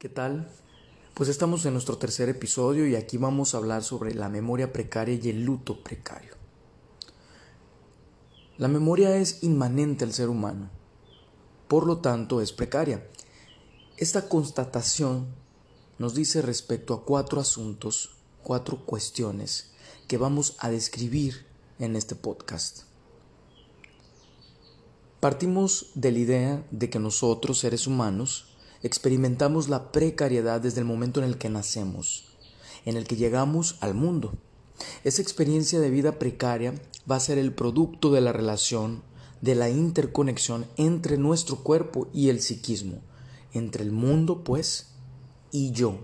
¿Qué tal? Pues estamos en nuestro tercer episodio y aquí vamos a hablar sobre la memoria precaria y el luto precario. La memoria es inmanente al ser humano, por lo tanto es precaria. Esta constatación nos dice respecto a 4 asuntos, 4 cuestiones que vamos a describir en este podcast. Partimos de la idea de que nosotros, seres humanos, experimentamos la precariedad desde el momento en el que nacemos, en el que llegamos al mundo. Esa experiencia de vida precaria va a ser el producto de la relación, de la interconexión entre nuestro cuerpo y el psiquismo, entre el mundo, pues, y yo.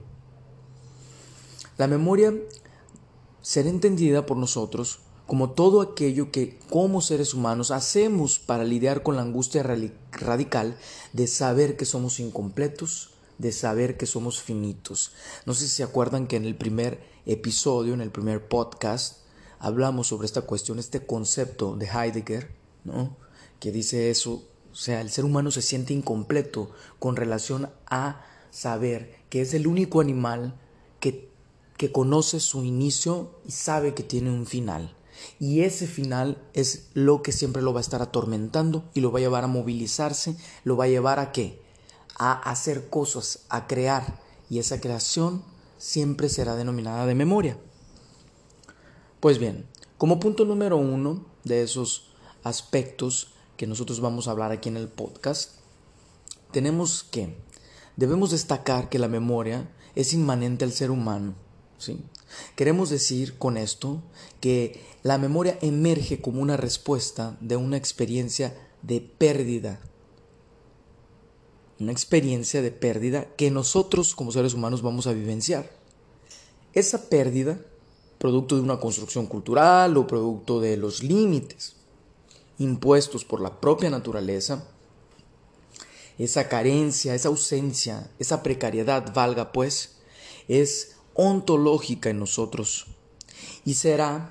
La memoria será entendida por nosotros como todo aquello que como seres humanos hacemos para lidiar con la angustia radical de saber que somos incompletos, de saber que somos finitos. No sé si se acuerdan que en el primer episodio, en el primer podcast, hablamos sobre esta cuestión, este concepto de Heidegger, ¿no? Que dice eso, o sea, el ser humano se siente incompleto con relación a saber que es el único animal que conoce su inicio y sabe que tiene un final. Y ese final es lo que siempre lo va a estar atormentando y lo va a llevar a movilizarse, lo va a llevar a ¿qué? A hacer cosas, a crear. Y esa creación siempre será denominada de memoria. Pues bien, como punto número 1 de esos aspectos que nosotros vamos a hablar aquí en el podcast, debemos destacar que la memoria es inmanente al ser humano. ¿Sí? Queremos decir con esto que la memoria emerge como una respuesta de una experiencia de pérdida. Una experiencia de pérdida que nosotros como seres humanos vamos a vivenciar. Esa pérdida, producto de una construcción cultural o producto de los límites impuestos por la propia naturaleza, esa carencia, esa ausencia, esa precariedad, valga pues, es ontológica en nosotros y será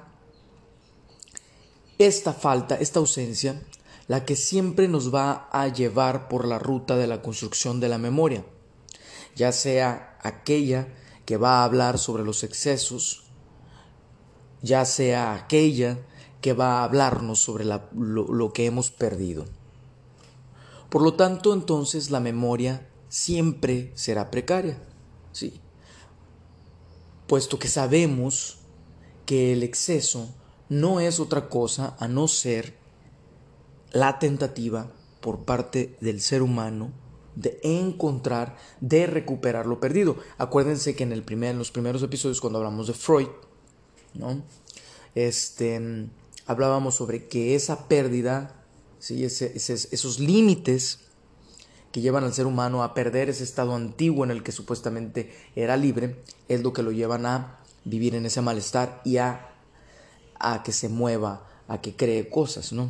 esta falta, esta ausencia, la que siempre nos va a llevar por la ruta de la construcción de la memoria, ya sea aquella que va a hablar sobre los excesos, ya sea aquella que va a hablarnos sobre lo que hemos perdido. Por lo tanto, entonces la memoria siempre será precaria, ¿sí? Puesto que sabemos que el exceso no es otra cosa a no ser la tentativa por parte del ser humano de encontrar, de recuperar lo perdido. Acuérdense que en los primeros episodios, cuando hablamos de Freud, ¿no? Hablábamos sobre que esa pérdida, ¿sí? Esos límites que llevan al ser humano a perder ese estado antiguo en el que supuestamente era libre, es lo que lo llevan a vivir en ese malestar y a que se mueva, a que cree cosas, ¿no?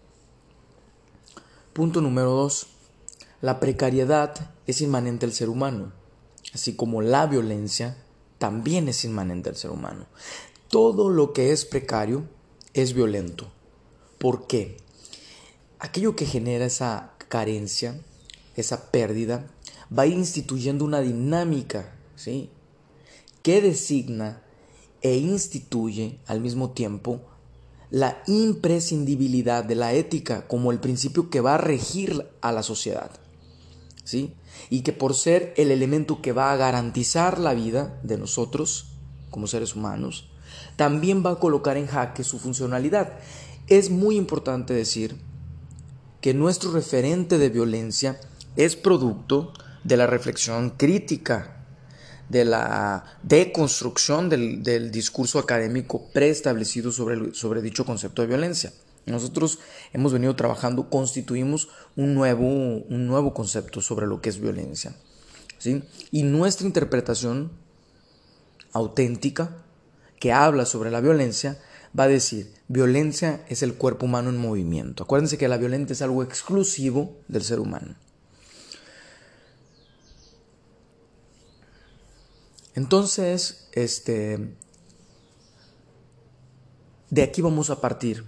Punto número 2. La precariedad es inmanente al ser humano, así como la violencia también es inmanente al ser humano. Todo lo que es precario es violento. ¿Por qué? Aquello que genera esa carencia, esa pérdida, va a ir instituyendo una dinámica, ¿sí? Que designa e instituye al mismo tiempo la imprescindibilidad de la ética como el principio que va a regir a la sociedad, ¿sí? Y que por ser el elemento que va a garantizar la vida de nosotros como seres humanos, también va a colocar en jaque su funcionalidad. Es muy importante decir que nuestro referente de violencia es producto de la reflexión crítica, de la deconstrucción del discurso académico preestablecido sobre dicho concepto de violencia. Nosotros hemos venido trabajando, constituimos un nuevo concepto sobre lo que es violencia, ¿sí? Y nuestra interpretación auténtica que habla sobre la violencia va a decir: violencia es el cuerpo humano en movimiento. Acuérdense que la violencia es algo exclusivo del ser humano. Entonces, de aquí vamos a partir,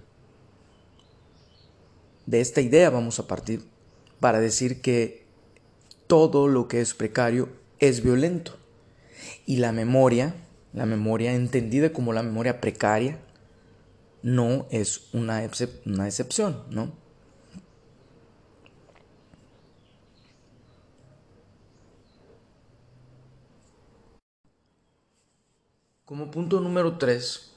de esta idea vamos a partir para decir que todo lo que es precario es violento. Y la memoria entendida como la memoria precaria, no es una excepción, ¿no? Como punto número 3,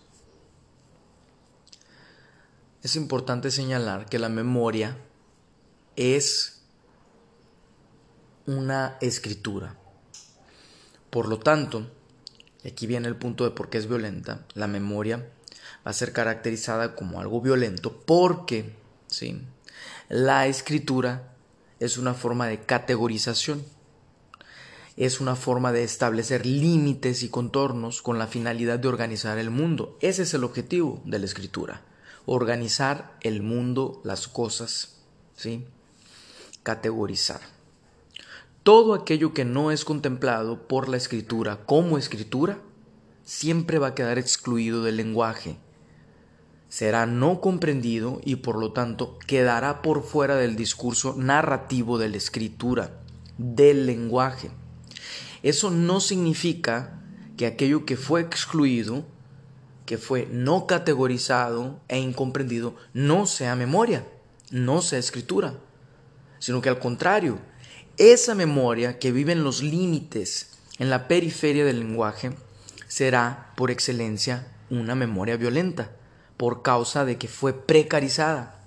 es importante señalar que la memoria es una escritura. Por lo tanto, y aquí viene el punto de por qué es violenta, la memoria va a ser caracterizada como algo violento porque, ¿sí?, la escritura es una forma de categorización, es una forma de establecer límites y contornos con la finalidad de organizar el mundo. Ese es el objetivo de la escritura, organizar el mundo, las cosas, ¿sí?, categorizar. Todo aquello que no es contemplado por la escritura como escritura siempre va a quedar excluido del lenguaje. Será no comprendido y por lo tanto quedará por fuera del discurso narrativo de la escritura, del lenguaje. Eso no significa que aquello que fue excluido, que fue no categorizado e incomprendido, no sea memoria, no sea escritura, sino que al contrario, esa memoria que vive en los límites, en la periferia del lenguaje, será por excelencia una memoria violenta, por causa de que fue precarizada.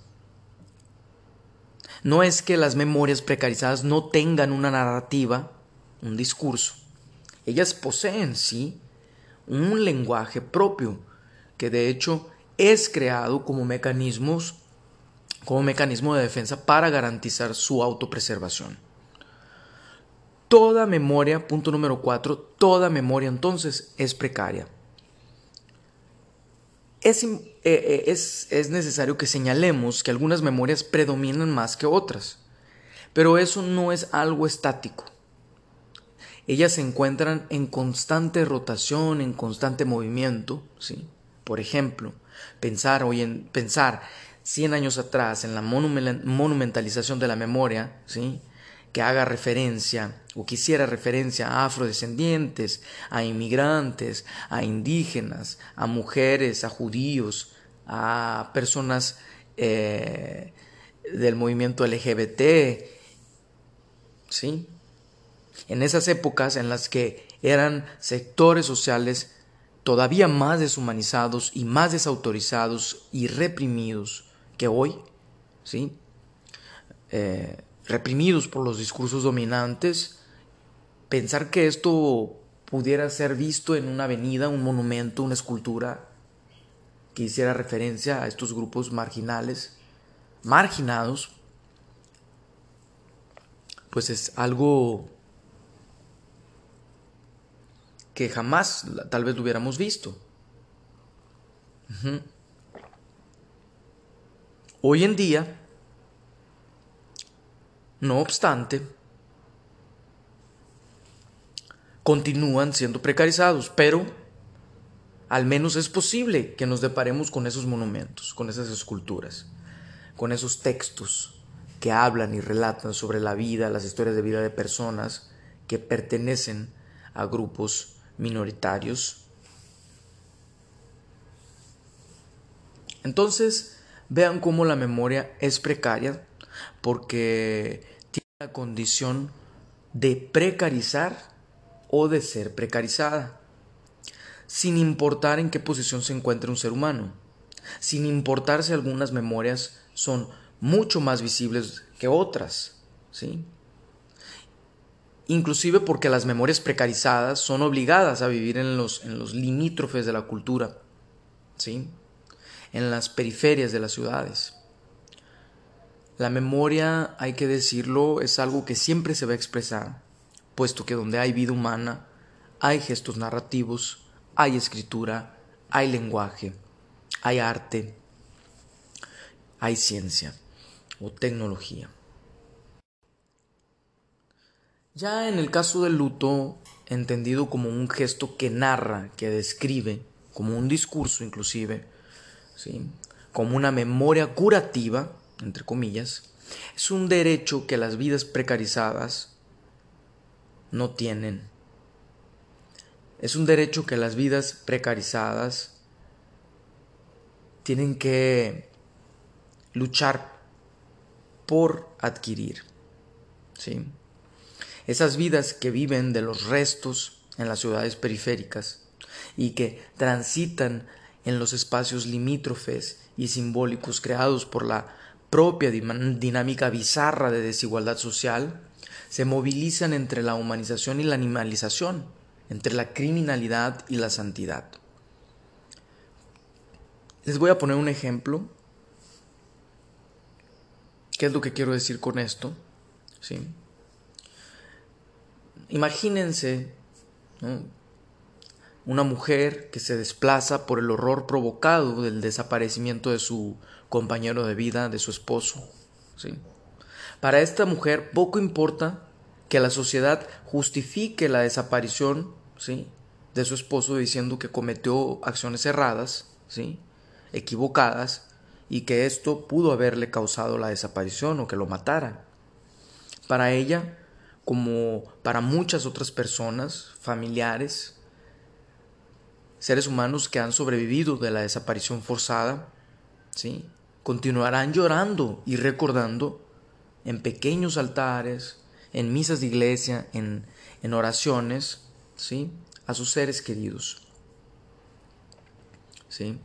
No es que las memorias precarizadas no tengan una narrativa, un discurso. Ellas poseen, sí, un lenguaje propio, que de hecho es creado como mecanismo de defensa para garantizar su autopreservación. Toda memoria, punto número 4, toda memoria entonces es precaria. Es necesario que señalemos que algunas memorias predominan más que otras, pero eso no es algo estático. Ellas se encuentran en constante rotación, en constante movimiento, ¿sí? Por ejemplo, pensar 100 años atrás en la monumentalización de la memoria, ¿sí?, que haga referencia o que hiciera referencia a afrodescendientes, a inmigrantes, a indígenas, a mujeres, a judíos, a personas del movimiento LGBT, ¿sí? En esas épocas en las que eran sectores sociales todavía más deshumanizados y más desautorizados y reprimidos que hoy, ¿sí?, reprimidos por los discursos dominantes, pensar que esto pudiera ser visto en una avenida, un monumento, una escultura que hiciera referencia a estos grupos marginados, pues es algo que jamás tal vez lo hubiéramos visto. Hoy en día, no obstante, continúan siendo precarizados, pero al menos es posible que nos deparemos con esos monumentos, con esas esculturas, con esos textos que hablan y relatan sobre la vida, las historias de vida de personas que pertenecen a grupos minoritarios. Entonces, vean cómo la memoria es precaria porque tiene la condición de precarizar o de ser precarizada, sin importar en qué posición se encuentre un ser humano, sin importar si algunas memorias son mucho más visibles que otras, ¿sí? Inclusive porque las memorias precarizadas son obligadas a vivir en los limítrofes de la cultura, ¿sí?, en las periferias de las ciudades. La memoria, hay que decirlo, es algo que siempre se va a expresar, puesto que donde hay vida humana, hay gestos narrativos, hay escritura, hay lenguaje, hay arte, hay ciencia o tecnología. Ya en el caso del luto, entendido como un gesto que narra, que describe, como un discurso inclusive, ¿sí?, como una memoria curativa, entre comillas, es un derecho que las vidas precarizadas no tienen. Es un derecho que las vidas precarizadas tienen que luchar por adquirir, ¿sí? Esas vidas que viven de los restos en las ciudades periféricas y que transitan en los espacios limítrofes y simbólicos creados por la propia dinámica bizarra de desigualdad social, se movilizan entre la humanización y la animalización, entre la criminalidad y la santidad. Les voy a poner un ejemplo. ¿Qué es lo que quiero decir con esto? ¿Sí? Imagínense, ¿no?, una mujer que se desplaza por el horror provocado del desaparecimiento de su compañero de vida, de su esposo, ¿sí? Para esta mujer poco importa que la sociedad justifique la desaparición, ¿sí?, de su esposo diciendo que cometió acciones erradas, ¿sí?, equivocadas, y que esto pudo haberle causado la desaparición o que lo matara. Para ella, como para muchas otras personas, familiares, seres humanos que han sobrevivido de la desaparición forzada, ¿sí?, continuarán llorando y recordando en pequeños altares, en misas de iglesia, en oraciones, ¿sí?, a sus seres queridos, ¿sí?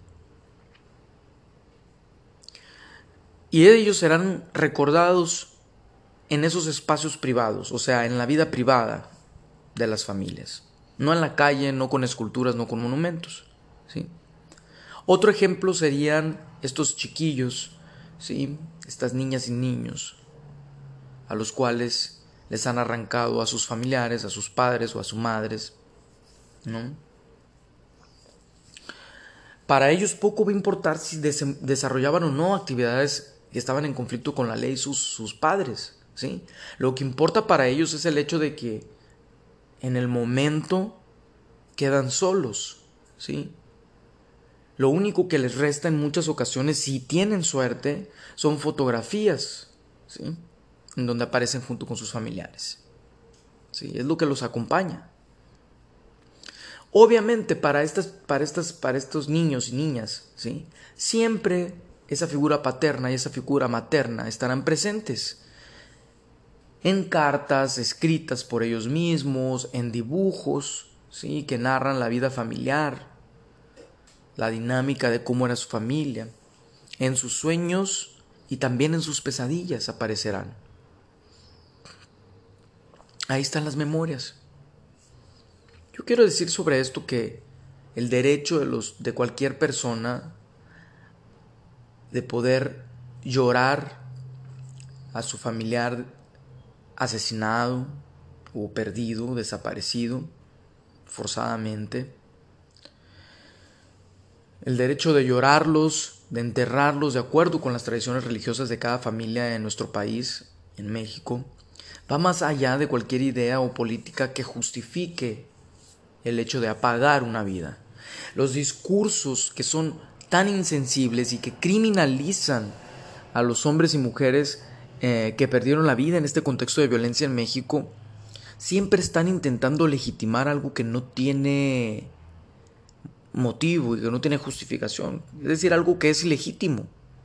Y ellos serán recordados en esos espacios privados, o sea, en la vida privada de las familias. No en la calle, no con esculturas, no con monumentos, ¿sí? Otro ejemplo serían estos chiquillos, ¿sí?, estas niñas y niños, a los cuales les han arrancado a sus familiares, a sus padres o a sus madres, ¿no? Para ellos poco va a importar si desarrollaban o no actividades que estaban en conflicto con la ley sus padres, ¿sí? Lo que importa para ellos es el hecho de que en el momento quedan solos, ¿sí? Lo único que les resta en muchas ocasiones, si tienen suerte, son fotografías, ¿sí?, en donde aparecen junto con sus familiares, ¿sí? Es lo que los acompaña. Obviamente para estos niños y niñas, ¿sí?, siempre esa figura paterna y esa figura materna estarán presentes en cartas escritas por ellos mismos, en dibujos, ¿sí?, que narran la vida familiar, la dinámica de cómo era su familia. En sus sueños y también en sus pesadillas aparecerán. Ahí están las memorias. Yo quiero decir sobre esto que el derecho de cualquier persona de poder llorar a su familiar asesinado o perdido, desaparecido forzadamente, el derecho de llorarlos, de enterrarlos de acuerdo con las tradiciones religiosas de cada familia en nuestro país, en México, va más allá de cualquier idea o política que justifique el hecho de apagar una vida. Los discursos que son tan insensibles y que criminalizan a los hombres y mujeres que perdieron la vida en este contexto de violencia en México, siempre están intentando legitimar algo que no tiene motivo y que no tiene justificación, es decir, algo que es ilegítimo.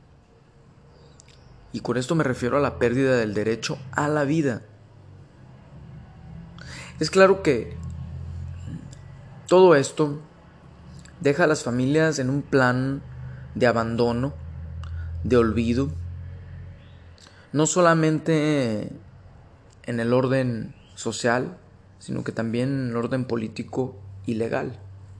Y con esto me refiero a la pérdida del derecho a la vida. Es claro que todo esto deja a las familias en un plan de abandono, de olvido, no solamente en el orden social, sino que también en el orden político y legal.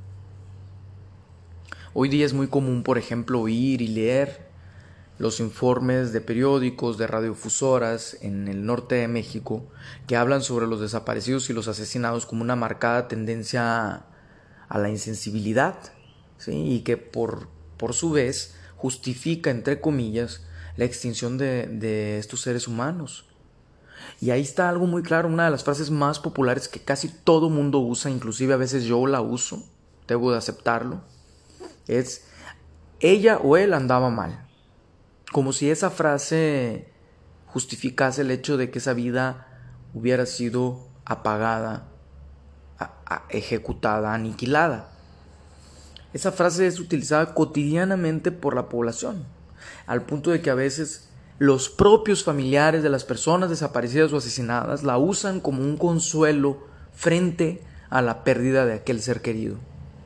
Hoy día es muy común, por ejemplo, oír y leer los informes de periódicos, de radiofusoras en el norte de México que hablan sobre los desaparecidos y los asesinados como una marcada tendencia a la insensibilidad, ¿sí?, y que por su vez justifica, entre comillas, la extinción de estos seres humanos. Y ahí está algo muy claro, una de las frases más populares que casi todo mundo usa, inclusive a veces yo la uso, debo de aceptarlo, es: ella o él andaba mal. Como si esa frase justificase el hecho de que esa vida hubiera sido apagada, ejecutada, aniquilada. Esa frase es utilizada cotidianamente por la población, al punto de que a veces los propios familiares de las personas desaparecidas o asesinadas la usan como un consuelo frente a la pérdida de aquel ser querido.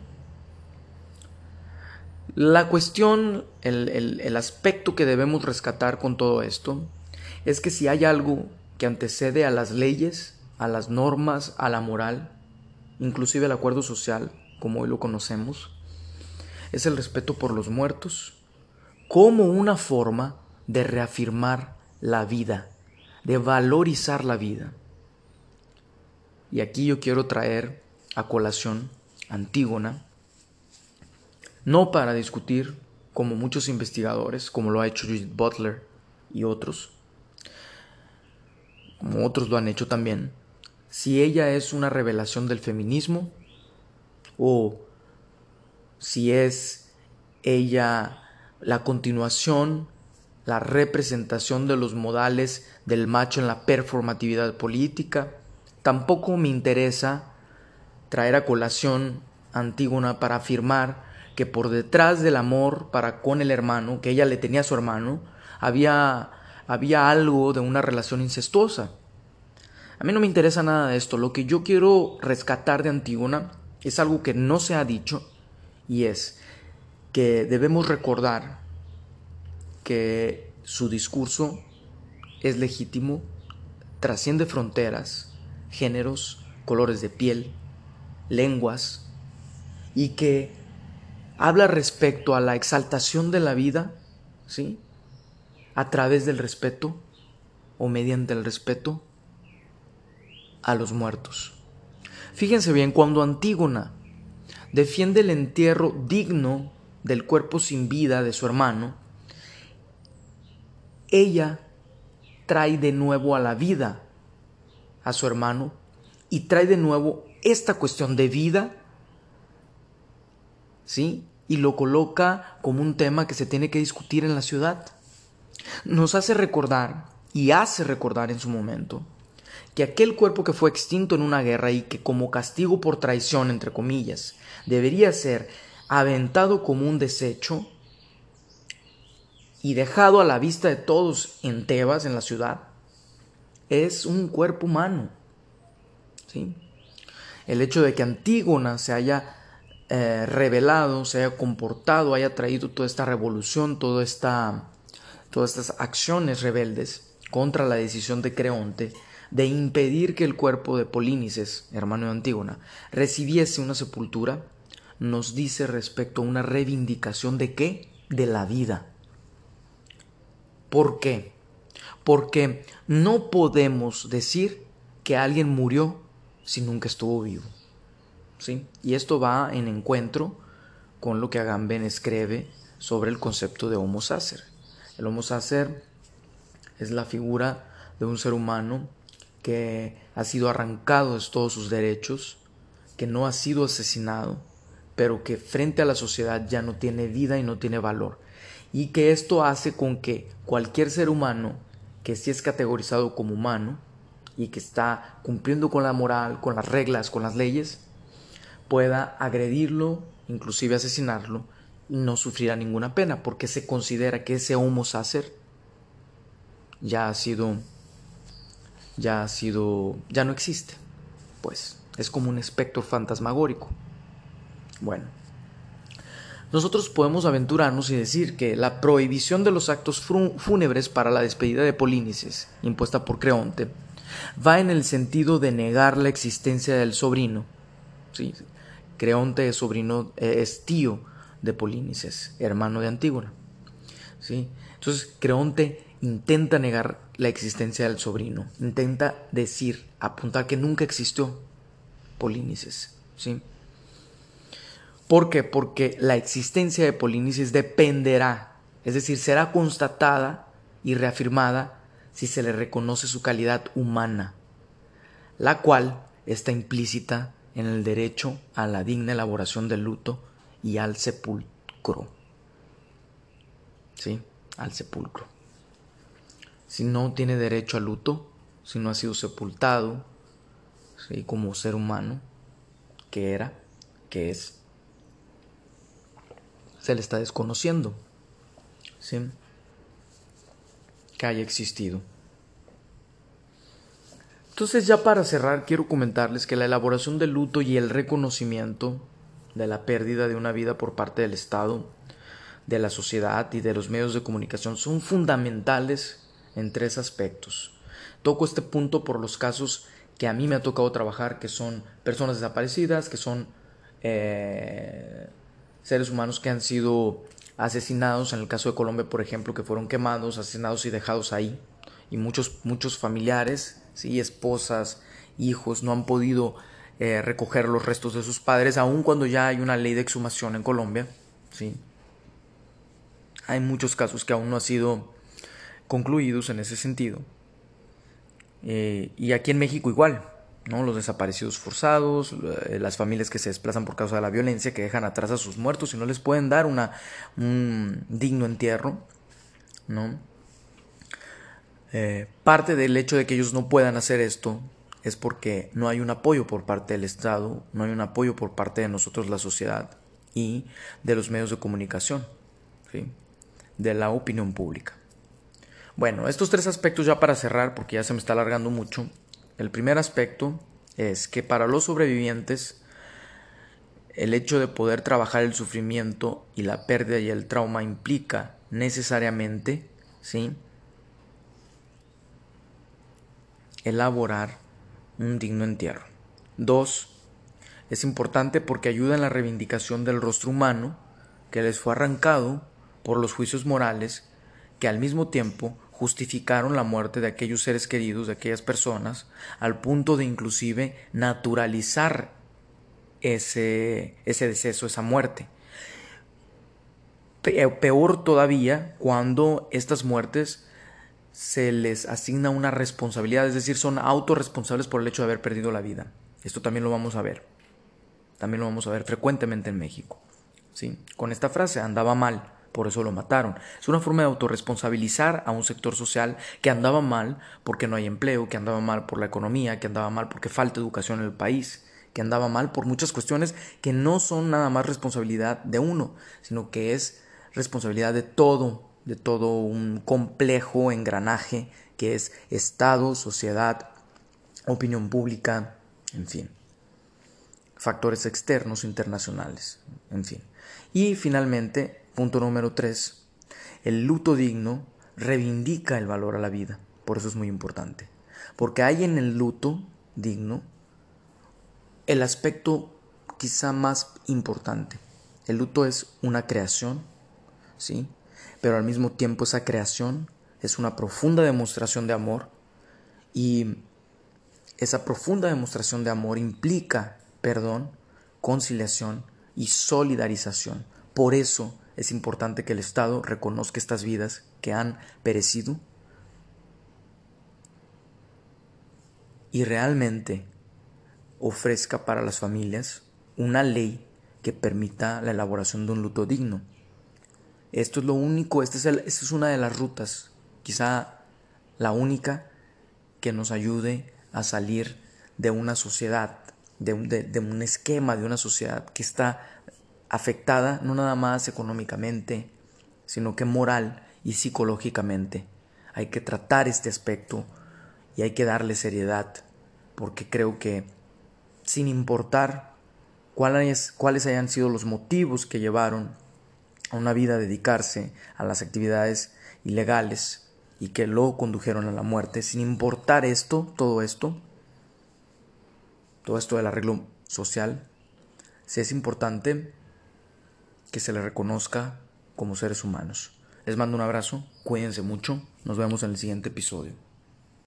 La cuestión, el aspecto que debemos rescatar con todo esto es que si hay algo que antecede a las leyes, a las normas, a la moral, inclusive al acuerdo social, como hoy lo conocemos, es el respeto por los muertos como una forma de reafirmar la vida, de valorizar la vida. Y aquí yo quiero traer a colación Antígona, no para discutir, como muchos investigadores, como lo ha hecho Judith Butler y otros, como otros lo han hecho también, si ella es una revelación del feminismo o si es ella la continuación, la representación de los modales del macho en la performatividad política. Tampoco me interesa traer a colación a Antígona para afirmar que por detrás del amor para con el hermano, que ella le tenía a su hermano, había algo de una relación incestuosa. A mí no me interesa nada de esto. Lo que yo quiero rescatar de Antígona es algo que no se ha dicho, y es que debemos recordar que su discurso es legítimo, trasciende fronteras, géneros, colores de piel, lenguas, y que habla respecto a la exaltación de la vida, ¿sí?, a través del respeto o mediante el respeto a los muertos. Fíjense bien, cuando Antígona defiende el entierro digno del cuerpo sin vida de su hermano, ella trae de nuevo a la vida a su hermano y trae de nuevo esta cuestión de vida, ¿sí?, y lo coloca como un tema que se tiene que discutir en la ciudad. Nos hace recordar, y hace recordar en su momento, que aquel cuerpo que fue extinto en una guerra y que como castigo por traición, entre comillas, debería ser aventado como un desecho y dejado a la vista de todos en Tebas, en la ciudad, es un cuerpo humano, ¿sí? El hecho de que Antígona se haya rebelado, se haya comportado, haya traído toda esta revolución, todas estas acciones rebeldes contra la decisión de Creonte de impedir que el cuerpo de Polínices, hermano de Antígona, recibiese una sepultura, nos dice respecto a una reivindicación ¿de qué? De la vida. ¿Por qué? Porque no podemos decir que alguien murió si nunca estuvo vivo, ¿sí? Y esto va en encuentro con lo que Agamben escribe sobre el concepto de Homo Sacer. El Homo Sacer es la figura de un ser humano que ha sido arrancado de todos sus derechos, que no ha sido asesinado, pero que frente a la sociedad ya no tiene vida y no tiene valor. Y que esto hace con que cualquier ser humano que sí es categorizado como humano y que está cumpliendo con la moral, con las reglas, con las leyes, pueda agredirlo, inclusive asesinarlo, y no sufrirá ninguna pena, porque se considera que ese Homo Sacer ya no existe. Pues es como un espectro fantasmagórico. Bueno, nosotros podemos aventurarnos y decir que la prohibición de los actos fúnebres para la despedida de Polínices, impuesta por Creonte, va en el sentido de negar la existencia del sobrino. ¿Sí? Creonte es tío de Polínices, hermano de Antígona, ¿sí? Entonces Creonte intenta negar la existencia del sobrino, intenta apuntar que nunca existió Polínices, ¿sí? ¿Por qué? Porque la existencia de Polínices dependerá, es decir, será constatada y reafirmada si se le reconoce su calidad humana, la cual está implícita en el derecho a la digna elaboración del luto y al sepulcro. ¿Sí? Al sepulcro. Si no tiene derecho al luto, si no ha sido sepultado, ¿sí? Como ser humano, que era, que es, se le está desconociendo, ¿sí? Que haya existido. Entonces, ya para cerrar, quiero comentarles que la elaboración del luto y el reconocimiento de la pérdida de una vida por parte del Estado, de la sociedad y de los medios de comunicación son fundamentales en tres aspectos. Toco este punto por los casos que a mí me ha tocado trabajar, que son personas desaparecidas, que son seres humanos que han sido asesinados, en el caso de Colombia, por ejemplo, que fueron quemados, asesinados y dejados ahí, y muchos familiares, ¿sí? Esposas, hijos, no han podido recoger los restos de sus padres, aun cuando ya hay una ley de exhumación en Colombia, ¿sí? Hay muchos casos que aún no han sido concluidos en ese sentido. Y aquí en México igual, ¿no? Los desaparecidos forzados, las familias que se desplazan por causa de la violencia, que dejan atrás a sus muertos y no les pueden dar un digno entierro, ¿no? Parte del hecho de que ellos no puedan hacer esto es porque no hay un apoyo por parte del Estado, no hay un apoyo por parte de nosotros, la sociedad, y de los medios de comunicación, ¿sí? De la opinión pública. Bueno, estos tres aspectos ya para cerrar, porque ya se me está alargando mucho. El primer aspecto es que para los sobrevivientes el hecho de poder trabajar el sufrimiento y la pérdida y el trauma implica necesariamente, ¿sí?, elaborar un digno entierro. 2. Es importante porque ayuda en la reivindicación del rostro humano que les fue arrancado por los juicios morales que al mismo tiempo justificaron la muerte de aquellos seres queridos, de aquellas personas, al punto de inclusive naturalizar ese deceso, esa muerte. Peor todavía cuando estas muertes se les asigna una responsabilidad, es decir, son autorresponsables por el hecho de haber perdido la vida. Esto también lo vamos a ver. También lo vamos a ver frecuentemente en México, ¿sí? Con esta frase, andaba mal, por eso lo mataron. Es una forma de autorresponsabilizar a un sector social que andaba mal porque no hay empleo, que andaba mal por la economía, que andaba mal porque falta educación en el país, que andaba mal por muchas cuestiones que no son nada más responsabilidad de uno, sino que es responsabilidad de todo un complejo engranaje que es Estado, sociedad, opinión pública, en fin, factores externos, internacionales, en fin. Y finalmente, punto número 3, el luto digno reivindica el valor a la vida. Por eso es muy importante. Porque hay en el luto digno el aspecto quizá más importante. El luto es una creación, ¿sí? Pero al mismo tiempo esa creación es una profunda demostración de amor, y esa profunda demostración de amor implica perdón, conciliación y solidarización. Por eso es importante que el Estado reconozca estas vidas que han perecido y realmente ofrezca para las familias una ley que permita la elaboración de un luto digno. Esto es lo único, esta es una de las rutas, quizá la única, que nos ayude a salir de una sociedad, de un esquema de una sociedad que está afectada no nada más económicamente, sino que moral y psicológicamente. Hay que tratar este aspecto y hay que darle seriedad, porque creo que sin importar cuáles hayan sido los motivos que llevaron a una vida a dedicarse a las actividades ilegales y que luego condujeron a la muerte, sin importar todo esto del arreglo social, sí es importante que se les reconozca como seres humanos. Les mando un abrazo, cuídense mucho, nos vemos en el siguiente episodio.